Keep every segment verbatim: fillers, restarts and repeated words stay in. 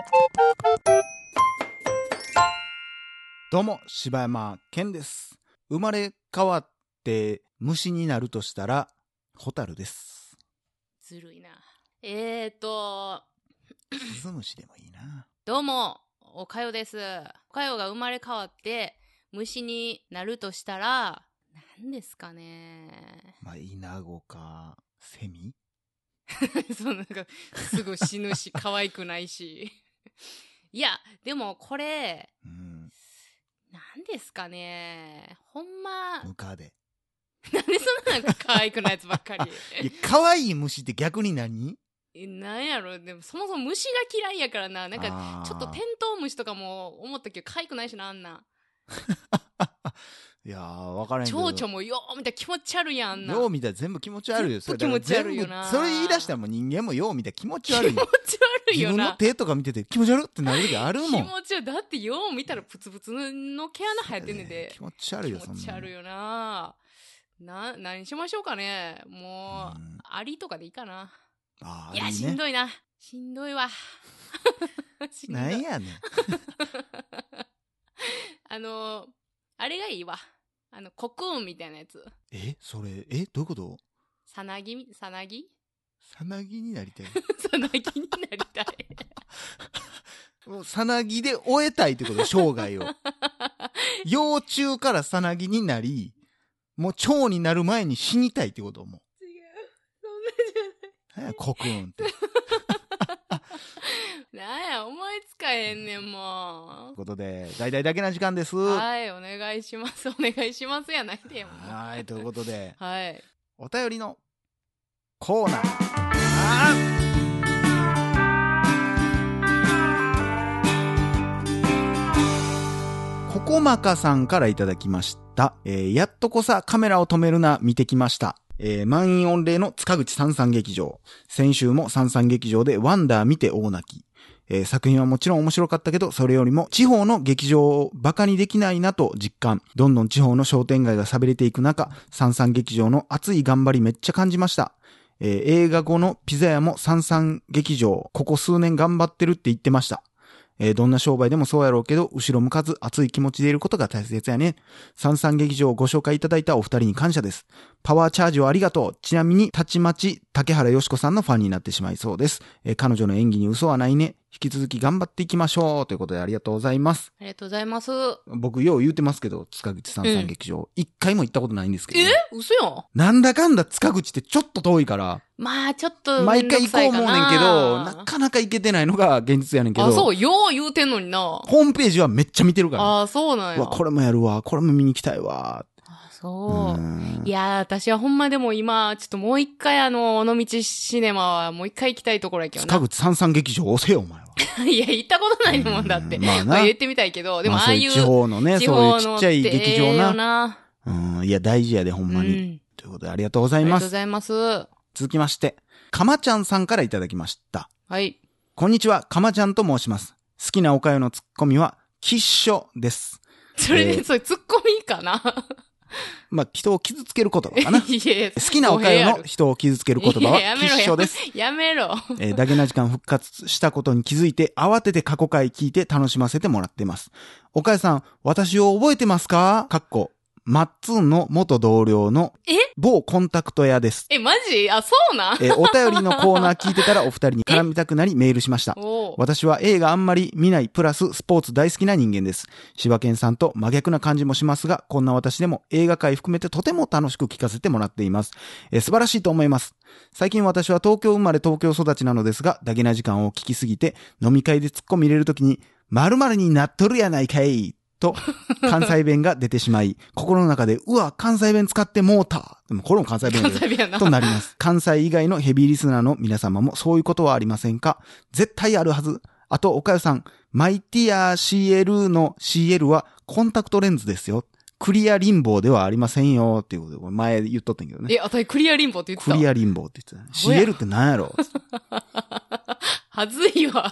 どうも柴山健です。生まれ変わって虫になるとしたらホタルです。 ずるいな。えーとスズムシでもいいな。 どうもおかよです。おかよが生まれ変わって虫になるとしたら何ですかね。 まあイナゴかセミそうなんかすぐ死ぬし可愛くないしいやでもこれ、うん、何ですかね。ほんまムカデ。 なんでそんななんか可愛くないやつばっかりいや可愛い虫って逆に何？ なんやろ。でもそもそも虫が嫌いやからな。なんかちょっとテントウムシとかも思ったけど可愛くないしな、あんな。 いやー分からへんけど蝶々もよう見たら気持ち悪いやん、あんな。 よう見たら全部気持ち悪いよ。 全部気持ち悪いよな。 それ言い出したらもう人間もよう見たら気持ち悪いよ。 気持ち悪いよな。 自分の手とか見てて気持ち悪ってなる時あるもん。 気持ち悪い。だってよう見たらプツプツの毛穴生えてんねんで。 気持ち悪いよ。 気持ち悪いよな。な、何しましょうかね。もう、うん、アリとかでいいかな。 あー、 いや、 いいね、 しんどいな。しんどいわ。 なんやねん。 あの、あれがいいわ。あの、コクーンみたいなやつ。 えそれ、えどういうこと？ さなぎさなぎさなぎになりたい。 さなぎになりたい。 もうさなぎで終えたいってこと、生涯を。幼虫からさなぎになり、もう蝶になる前に死にたいってことも。 違う。そんなじゃない。 コクーンって。 なんや、思いつかへんねん、もう。 ということで、大々だけな時間です。 はい、お願いします。お願いしますやないでよ。 はい、ということで、 はい。 お便りのコーナー。あーここまかさんからいただきました。えー、やっとこさカメラを止めるな見てきました。えー、満員御礼の塚口三三劇場。先週も三三劇場でワンダー見て大泣き。えー、作品はもちろん面白かったけど、それよりも地方の劇場をバカにできないなと実感。どんどん地方の商店街が寂れていく中、三三劇場の熱い頑張りめっちゃ感じました。えー、映画後のピザ屋も三三劇場、ここ数年頑張ってるって言ってました。えー、どんな商売でもそうやろうけど、後ろ向かず熱い気持ちでいることが大切やね。三三劇場をご紹介いただいたお二人に感謝です。パワーチャージをありがとう。ちなみに、たちまち竹原よし子さんのファンになってしまいそうです。えー、彼女の演技に嘘はないね。引き続き頑張っていきましょう。ということでありがとうございます。 ありがとうございます。 僕、よう言うてますけど、塚口三三劇場。一、うん、回も行ったことないんですけど、ね。 え嘘よ。 なんだかんだ塚口ってちょっと遠いから。 まあ、ちょっと毎回行こう思うねんけど、なかなか行けてないのが現実やねんけど。 あ、そう、よう言うてんのにな。 ホームページはめっちゃ見てるから。 あ、そうなんや。 うわ、これもやるわ、これも見に行きたいわ。 そう。いやー、私はほんまでも今、ちょっともう一回あの、尾道シネマはもう一回行きたいところやけどな。 塚口三三劇場押せよ、お前は。 いや、行ったことないもんだって。まあな。まあ、言ってみたいけど、でもああいう。 まあ、そういう地方のね、そういうちっちゃい劇場な。 なうん、いや、大事やで、ほんまに。うん、ということで、ありがとうございます。ありがとうございます。 続きまして、かまちゃんさんからいただきました。 はい。 こんにちは、かまちゃんと申します。好きなおかゆのツッコミは、きっしょです。 それで、えー、それツッコミかなまあ、人を傷つける言葉かな。 いや好きなおかゆの人を傷つける言葉は、きっしょです。 やめろ。 えー、だけな時間復活したことに気づいて、慌てて過去回聞いて楽しませてもらっています。おかゆさん、私を覚えてますか？かっこ。マッツンの元同僚の某コンタクト屋です。 え、マジ？あ、そうなん？ えー、お便りのコーナー聞いてたらお二人に絡みたくなりメールしました。私は映画あんまり見ないプラススポーツ大好きな人間です。柴犬さんと真逆な感じもしますが、こんな私でも映画界含めてとても楽しく聞かせてもらっています。えー、素晴らしいと思います。最近私は東京生まれ東京育ちなのですが、ダゲな時間を聞きすぎて飲み会で突っ込み入れるときに〇〇になっとるやないかいと関西弁が出てしまい、心の中でうわ関西弁使ってもうた。でもこれも関西弁でとなります。関西以外のヘビーリスナーの皆様もそういうことはありませんか？絶対あるはず。あとおかゆさん、マイティア シーエル の シーエル はコンタクトレンズですよ。クリアリンボーではありませんよっていうことで前言っとったんけどね。 え、あたりクリアリンボーって言ってた？ クリアリンボーって言ってた、ね。シーエル って何やろ？ はずいわ。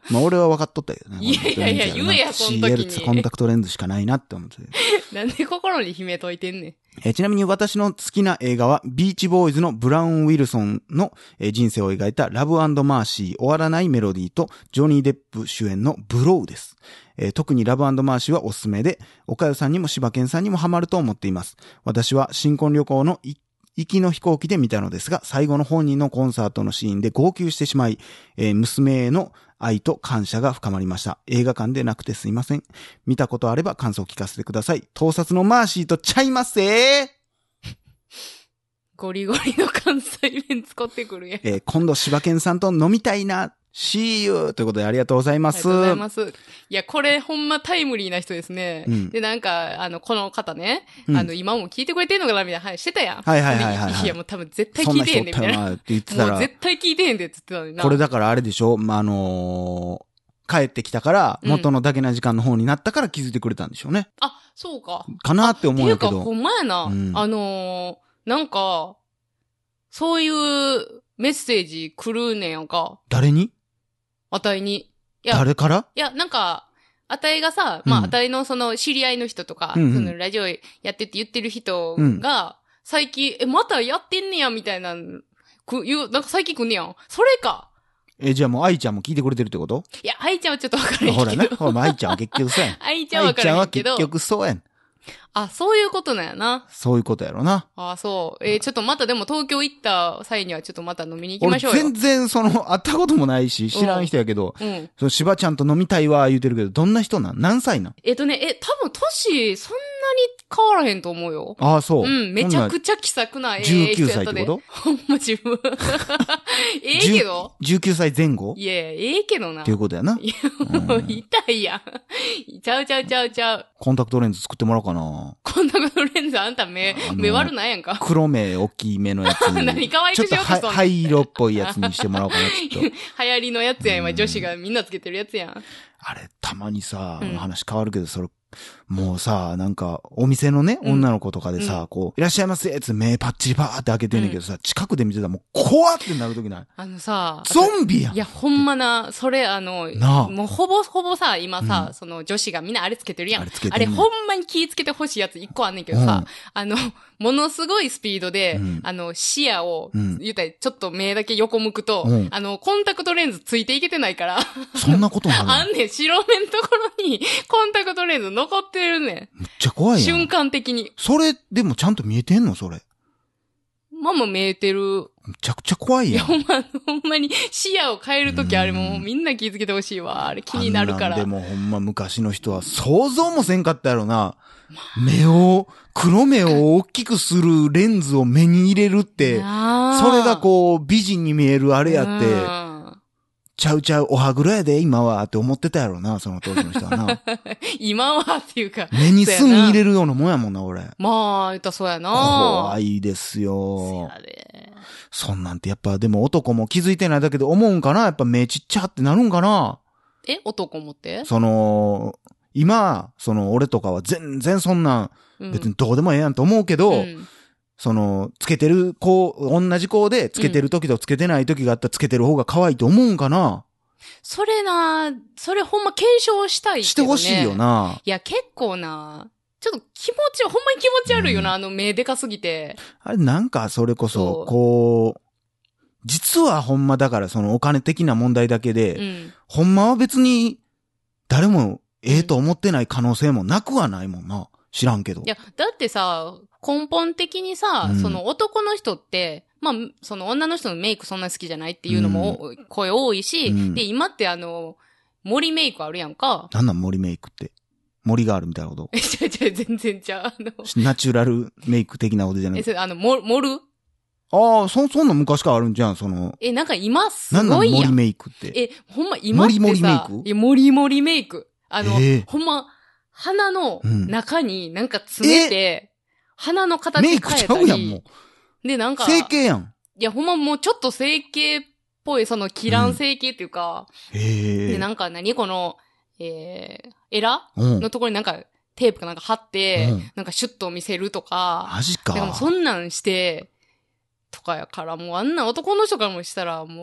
まあ俺は分かっとったけどね。 いやいやいや本当に言えやその時にシーエルツー コンタクトレンズしかないなって思って。 なんで心に秘めといてんねん。 えーちなみに私の好きな映画は、ビーチボーイズのブラウン・ウィルソンの、えー人生を描いたラブ&マーシー終わらないメロディーと、ジョニー・デップ主演のブローです。えー特にラブ&マーシーはおすすめで、岡代さんにも柴犬さんにもハマると思っています。私は新婚旅行の行きの飛行機で見たのですが、最後の本人のコンサートのシーンで号泣してしまい、えー娘への愛と感謝が深まりました。映画館でなくてすいません。見たことあれば感想を聞かせてください。盗撮のマーシーとちゃいますえゴリゴリの関西弁使ってくるやん。 えー今度柴犬さんと飲みたいな。See you! ということでありがとうございます。 ありがとうございます。いや、これほんまタイムリーな人ですね。 うんで、なんか、あの、この方ね、 うんあの、今も聞いてくれてんのかなみたいな話してたやん。 はいはいはいはいはいでいや、もう多分絶対そんな聞いてへんで、みたいな。 人おったよなって言ってたら、 もう絶対聞いてへんでって言ってたのにな。 これだからあれでしょまあ、あのー帰ってきたから、 うん元のだけな時間の方になったから気づいてくれたんでしょうね。 あ、そうか。 かなって思うんやけっていうか、ほど。 んまやな。 うんあのー、なんか、そういうメッセージ来るねんやんか。 誰にあたいに。いや、 誰からいや、なんか、あたいがさ、 うんまあ、あたいのその知り合いの人とか、 うんうんそのラジオやってって言ってる人うんが、最近、え、またやってんねや、みたいな、く、言う、なんか最近来んねやん。それか。 え、じゃあもう愛ちゃんも聞いてくれてるってこといや、愛ちゃんはちょっとわからへんけど。 ほらね。ほら、愛ちゃんは結局そうやん。 愛ちゃんはわか愛ちゃんはらへんけど。 結局そうやん。 あ、そういうことなんやな。 そういうことやろな。 あ、そう。えーちょっとまたでも東京行った際にはちょっとまた飲みに行きま俺しょうよ。 全然その、会ったこともないし、知らん人やけど、 うん。 その柴ちゃんと飲みたいわ、言うてるけど、どんな人なん何歳なんえっとね、え、多分年、そんなに変わらへんと思うよ。 ああ、そう。 うん、めちゃくちちゃ気さくな、ええじゅうきゅう人やったで。 歳ってことほんま自分。ええけどじゅうきゅうさいぜん後いや、ええけどな。 っていうことやな。 いや、もう痛いやん。ちゃうちゃうちゃうちゃう。 コンタクトレンズ作ってもらおうかな。 こんなことレンズあんた目、 あの目悪ないやんか。 黒目大きめのやつに。 何可愛くしようとしとんねんちょっとは灰色っぽいやつにしてもらおうかな、ちょっと。 流行りのやつやん、今女子がみんなつけてるやつやん。 あれ、たまにさ、 うん話変わるけど、それ、もうさ、なんか、お店のね、 うん女の子とかでさ、 うんこう、いらっしゃいませつって目パッチリパーって開けてんねんけどさ、近くで見てたらもう、怖ってなるときない。 あのさ、 ゾンビやんいや、ほんまな、それあの、 なあもうほぼほぼさ、今さ、 うんその女子がみんなあれつけてるやん。 あれつけてあんねんれほんまに気ぃつけてほしいやつ一個あんねんけどさ、あの、ものすごいスピードで、 うんあの、視野を、 うん言うたらちょっと目だけ横向くと、 うんあの、コンタクトレンズついていけてないから、 そんなことなるのあんねん、白目のところにコンタクトレンズ残ってるねん。 めっちゃ怖いやん。 瞬間的に。 それ、でもちゃんと見えてんのそれ。 まあまあ見えてる。 めちゃくちゃ怖いいや、 やん。 ほんま、ほんまに視野を変えるときあれもうみんな気ぃつけてほしいわ。あれ気になるから。 あんなんでもほんま昔の人は想像もせんかったやろな。目を、黒目を大きくするレンズを目に入れるって、 なあそれがこう美人に見えるあれやって、 うんちゃうちゃうおはぐらやで今はって思ってたやろな、その当時の人はな。 今はっていうか。 目に墨入れる。 るようなもんやもんな、俺。 まあ、言ったらそうやな。 怖い。 いですよ。 やで。 そんなんてやっぱでも男も気づいてないだけで思うんかなやっぱ目ちっちゃってなるんかなえ、男もってその、今、その俺とかは全然そんなん別にどうでもええやんと思うけど、 うんその、つけてる子、同じ子でつけてる時とつけてない時があったらつけてる方が可愛いと思うんかな、 それな、それほんま検証したいけどね。 してほしいよ。な。 いや、結構な、ちょっと気持ち、ほんまに気持ち悪いよな、 うんあの目でかすぎて。 あれなんかそれこそそ、 うこう、実はほんまだからそのお金的な問題だけで、 うん。 ほんまは別に誰もええと思ってない可能性もなくはないもんな。知らんけど。 いや、だってさ、根本的にさ、 うんその男の人って、まあ、その女の人のメイクそんな好きじゃないっていうのも、声多いし、 うんで、今ってあの、森メイクあるやんか。 なんなん森メイクって。森があるみたいなこと。 え、ちゃうちゃう、全然ちゃう。あの、 ナチュラルメイク的なことじゃなえ、 い。 それ、あの、も、盛るああ、そ、そんな昔からあるんじゃん、その。 え、なんか今すなんなん森ごいやん。 メイクって。 え、ほんま今ってさ、 モリモリメイクいや、モリモリメイク。あの、 えーほんま、鼻のうん中になんか詰めて、鼻の形メイク変えたちゃうやん、もり。で、なんう。 か、 整形やん。 いや、ほんまもうちょっと整形っぽい、その、キラン整形っていうか、 へえ。 で、なんか何この、えー、エラうん。 のところになんか、テープかなんか貼って、 うんなんかシュッと見せるとか、 マジか。 だからもうそんなんして、とかやから、もうあんな男の人からもしたら、もう、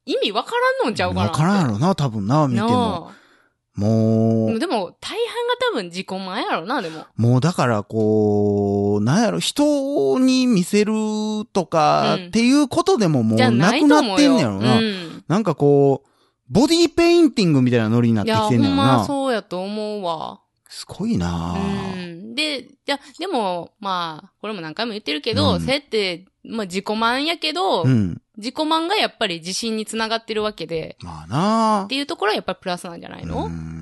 意味わからんのんちゃうかな。 わからんやろな、多分な、見ても。もう。 でも、大半が多分自己満やろな、でも。 もうだから、こう、なんやろ、人に見せるとか、っていうことでももうなくなってんねやろな。うん、なんかこう、ボディーペインティングみたいなノリになってきてんねやろな。いや、 ほんまそうやと思うわ。 すごいなぁ。うん。で、じゃ、でも、まあ、これも何回も言ってるけど、うん、そうやって、まあ自己満やけど、うん、自己満がやっぱり自信につながってるわけで。 まあなぁ。 っていうところはやっぱりプラスなんじゃないの？うん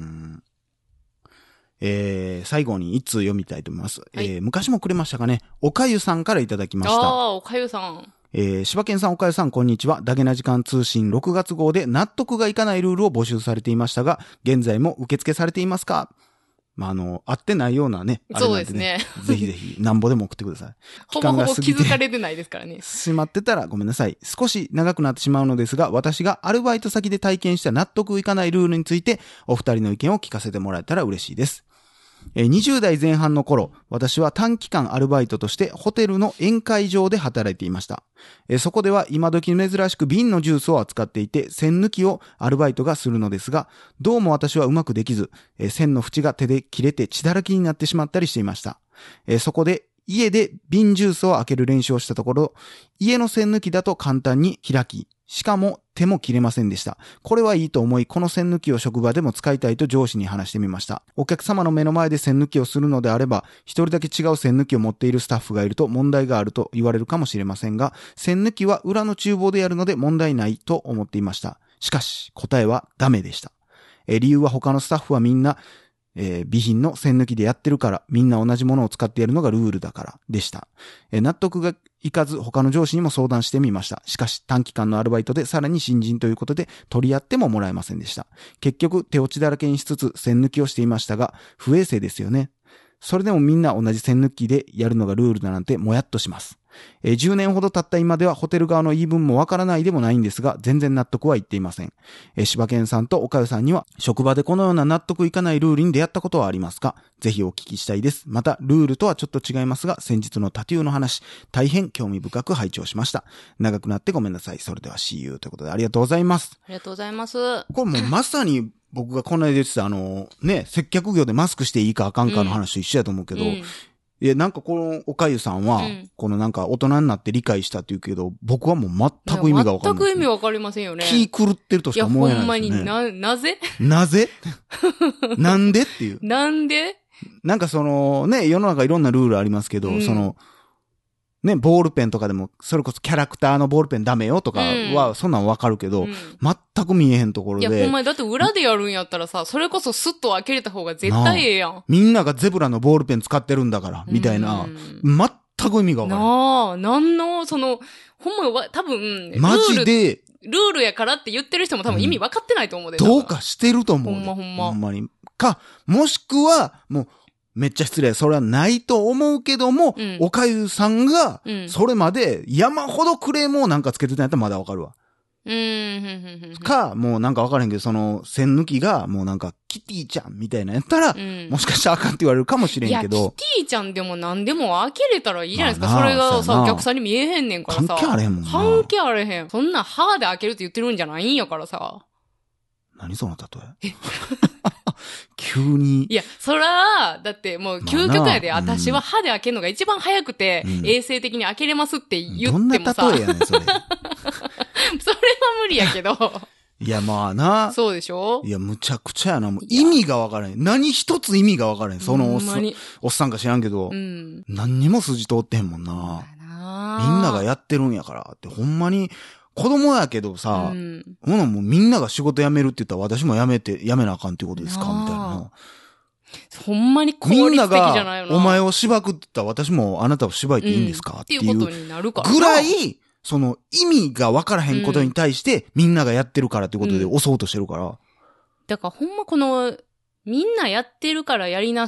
えー、最後に一通読みたいと思います。はい、えー、昔もくれましたかね。おかゆさんからいただきました。 ああ、おかゆさん。 えー、柴犬さん、おかゆさん、こんにちは。ダゲな時間通信ろくがつ号で納得がいかないルールを募集されていましたが、現在も受付されていますか？まあ、あの、合ってないようなね。あれなんでね、そうですね。ぜひぜひ、なんぼでも送ってください。 ほぼほぼ気づかれてないですからね。 しまってたらごめんなさい。少し長くなってしまうのですが、私がアルバイト先で体験した納得いかないルールについて、お二人の意見を聞かせてもらえたら嬉しいです。にじゅう代前半の頃、私は短期間アルバイトとしてホテルの宴会場で働いていました。そこでは今時珍しく瓶のジュースを扱っていて、栓抜きをアルバイトがするのですが、どうも私はうまくできず、栓の縁が手で切れて血だらけになってしまったりしていました。そこで家で瓶ジュースを開ける練習をしたところ、家の栓抜きだと簡単に開き、しかも手も切れませんでした。これはいいと思い、この栓抜きを職場でも使いたいと上司に話してみました。お客様の目の前で栓抜きをするのであれば、一人だけ違う栓抜きを持っているスタッフがいると問題があると言われるかもしれませんが、栓抜きは裏の厨房でやるので問題ないと思っていました。しかし、答えはダメでした。え理由は他のスタッフはみんな、えー、備品の栓抜きでやってるから、みんな同じものを使ってやるのがルールだからでした。えー、納得がいかず他の上司にも相談してみました。しかし短期間のアルバイトでさらに新人ということで取り合ってももらえませんでした。結局手落ちだらけにしつつ栓抜きをしていましたが、不衛生ですよね。それでもみんな同じ栓抜きでやるのがルールだなんてもやっとします。えー、じゅうねんほど経った今ではホテル側の言い分もわからないでもないんですが、全然納得はいっていません。えー、柴犬さんと岡代さんには職場でこのような納得いかないルールに出会ったことはありますか？ぜひお聞きしたいです。またルールとはちょっと違いますが、先日のタトゥーの話、大変興味深く拝聴しました。長くなってごめんなさい。それでは See you ということでありがとうございます。 ありがとうございます。 これもうまさに僕がこの間言ってたあのね、接客業でマスクしていいかあかんかの話と一緒やと思うけど、うんうんいや、なんかこのおかゆさんは、うん、このなんか大人になって理解したって言うけど、僕はもう全く意味がわかんない、ね。 全く意味わかりませんよね。 気狂ってるとしか思えないですね。 いや、ほんまにな、なぜなぜなんでっていう。 なんでなんかその、ね、世の中いろんなルールありますけど、うん、その、ね、ボールペンとかでも、それこそキャラクターのボールペンダメよとかは、そんなんわかるけど、うん、全く見えへんところで。 いや、ほんまに、だって裏でやるんやったらさ、それこそスッと開けれた方が絶対ええやん。 みんながゼブラのボールペン使ってるんだから、みたいな、全く意味がわからない。 なあ、なんの、その、ほんまは、多分、 マジで、 ルールやからって言ってる人も多分意味分かってないと思うで、 うん、どうかしてると思う。 ほんまほんま。 ほんまに。か、もしくは、もう、めっちゃ失礼。それはないと思うけども、うん、おかゆさんが、それまで山ほどクレームをなんかつけてたんやったらまだわかるわ。 うーん。 か、もうなんかわからへんけど、その、栓抜きが、もうなんか、キティちゃんみたいなやったら、うん、もしかしたらあかんって言われるかもしれんけど。いや、 キティちゃんでも何でも開けれたらいいじゃないですか。まあ、それがさ、お客さんに見えへんねんからさ。 関係あれへんもんな。 関係あれへん。そんな歯で開けるって言ってるんじゃないんやからさ。 何その例え急に。 いや、そら、だってもう究極やで、まあ、私は歯で開けるのが一番早くて、うん、衛生的に開けれますって言ってもさ。 どんな例えやねん、それ。それは無理やけど。 いや、まあな。 そうでしょ？ いや、むちゃくちゃやな。もう意味がわからへん。何一つ意味がわからへん。そのおっさん、おっさんか知らんけど、うん、何にも筋通ってへんもんな。みんながやってるんやからって、ほんまに、子供やけどさ、うん、ほなもうみんなが仕事辞めるって言ったら私も辞めて、辞めなあかんっていうことですかみたいな。 ほんまに効率的じゃないよな。 みんながお前を縛くって言ったら私もあなたを縛いていいんですか、うん、っていうことになるからぐらい、その意味が分からへんことに対してみんながやってるからっていうことで押そうとしてるから。うん、 だからほんまこのみんなやってるからやりなさいっ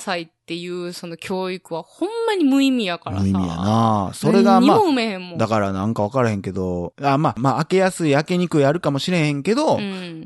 っていうその教育はほんまに無意味やからさ。 無意味やな。それがまあ、 何にも埋めへんもん。 だからなんか分からへんけど、あまあ、まあ、開けやすい開けにくいあるかもしれへんけど、 うん、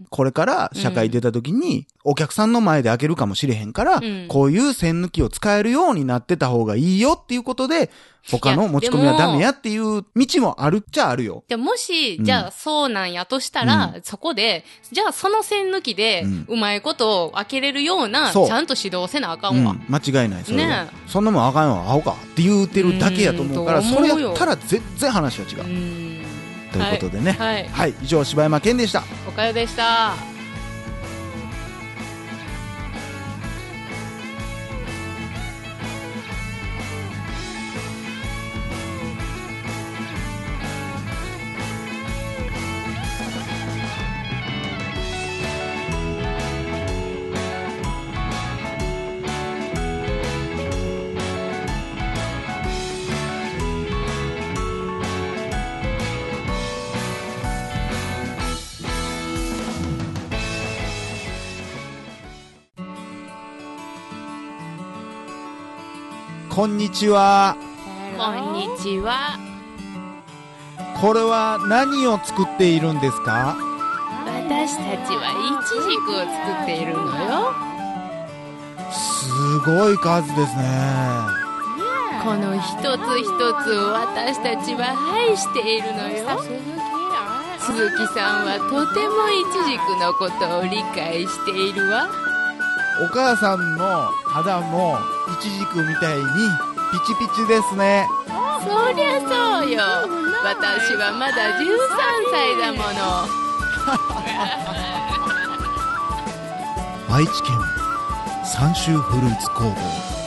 これから社会出た時に、お客さんの前で開けるかもしれへんから、うん、こういう栓抜きを使えるようになってた方がいいよっていうことで、他の持ち込みはダメやっていう道もあるっちゃあるよ。 でもし、うん、じゃあそうなんやとしたら、うん、そこで、じゃあその栓抜きで、うまいことを開けれるような、ちゃんと指導せなあかんわ。うん、 間違いない、それは。ね、そんなもんあかんわ、アホかって言うてるだけやと思うから、それやったら全然話は違う。うんということでね。はい。はいはい、以上、柴山健でした。 おかよでした。 こんにちは。 こんにちは。 これは何を作っているんですか？ 私たちはイチジクを作っているのよ。 すごい数ですね。 この一つ一つを私たちは愛しているのよ。鈴木さんはとてもイチジクのことを理解しているわ。 お母さんの肌もイチジクみたいにピチピチですね。 そりゃそうよ。私はまだじゅうさんさいだもの。 愛知県三州フルーツ工房